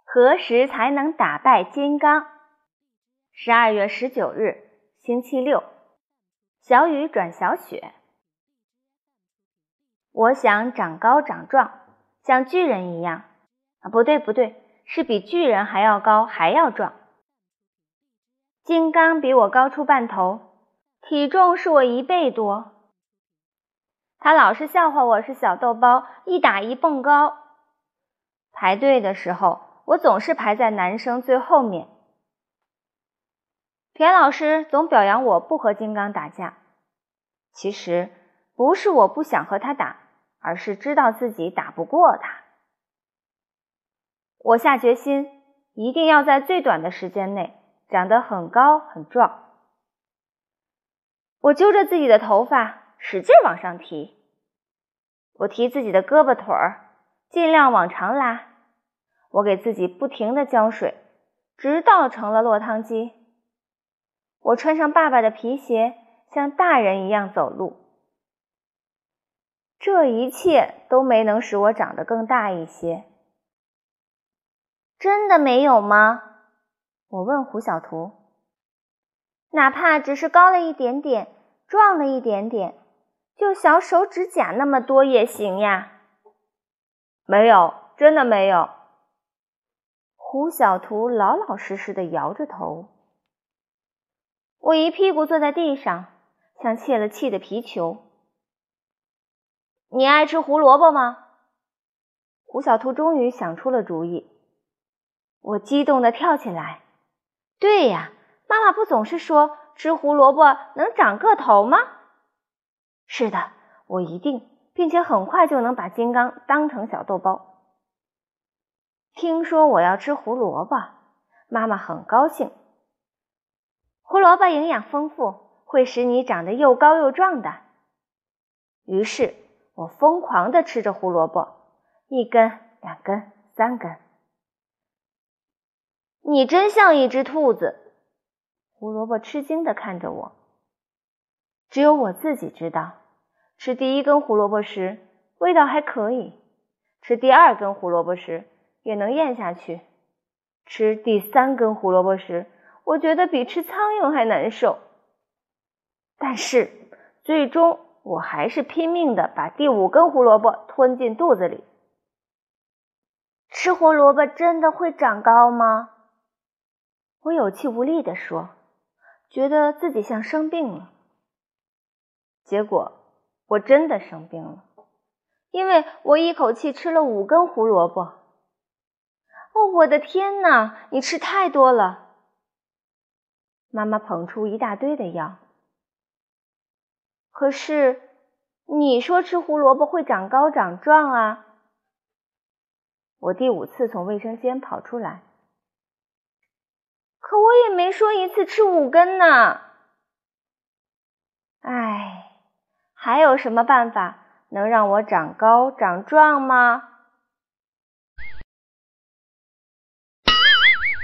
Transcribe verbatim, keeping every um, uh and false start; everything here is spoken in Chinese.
何时才能打败金刚？十二月十九日，星期六，小雨转小雪。我想长高长壮，像巨人一样。啊，不对不对，是比巨人还要高，还要壮。金刚比我高出半头，体重是我一倍多。他老是笑话我是小豆包，一打一蹦高。排队的时候，我总是排在男生最后面。田老师总表扬我不和金刚打架，其实不是我不想和他打，而是知道自己打不过他。我下决心，一定要在最短的时间内长得很高很壮。我揪着自己的头发，使劲往上提。我提自己的胳膊腿儿，尽量往长拉。我给自己不停地浇水，直到成了落汤鸡。我穿上爸爸的皮鞋，像大人一样走路。这一切都没能使我长得更大一些。真的没有吗？我问胡小图。哪怕只是高了一点点，壮了一点点，就小手指甲那么多也行呀。没有，真的没有。胡小图老老实实地摇着头。我一屁股坐在地上，像泄了气的皮球。你爱吃胡萝卜吗？胡小图终于想出了主意。我激动地跳起来。对呀，妈妈不总是说吃胡萝卜能长个头吗？是的，我一定，并且很快就能把金刚当成小豆包。听说我要吃胡萝卜，妈妈很高兴。胡萝卜营养丰富，会使你长得又高又壮的。于是我疯狂地吃着胡萝卜，一根、两根、三根。你真像一只兔子。胡萝卜吃惊地看着我。只有我自己知道，吃第一根胡萝卜时味道还可以，吃第二根胡萝卜时也能咽下去，吃第三根胡萝卜时我觉得比吃苍蝇还难受。但是最终我还是拼命地把第五根胡萝卜吞进肚子里。吃胡萝卜真的会长高吗？我有气无力地说，觉得自己像生病了。结果我真的生病了，因为我一口气吃了五根胡萝卜。哦，我的天哪，你吃太多了。妈妈捧出一大堆的药。可是你说吃胡萝卜会长高长壮啊。我第五次从卫生间跑出来。可我也没说一次吃五根呢。唉，还有什么办法能让我长高长壮吗？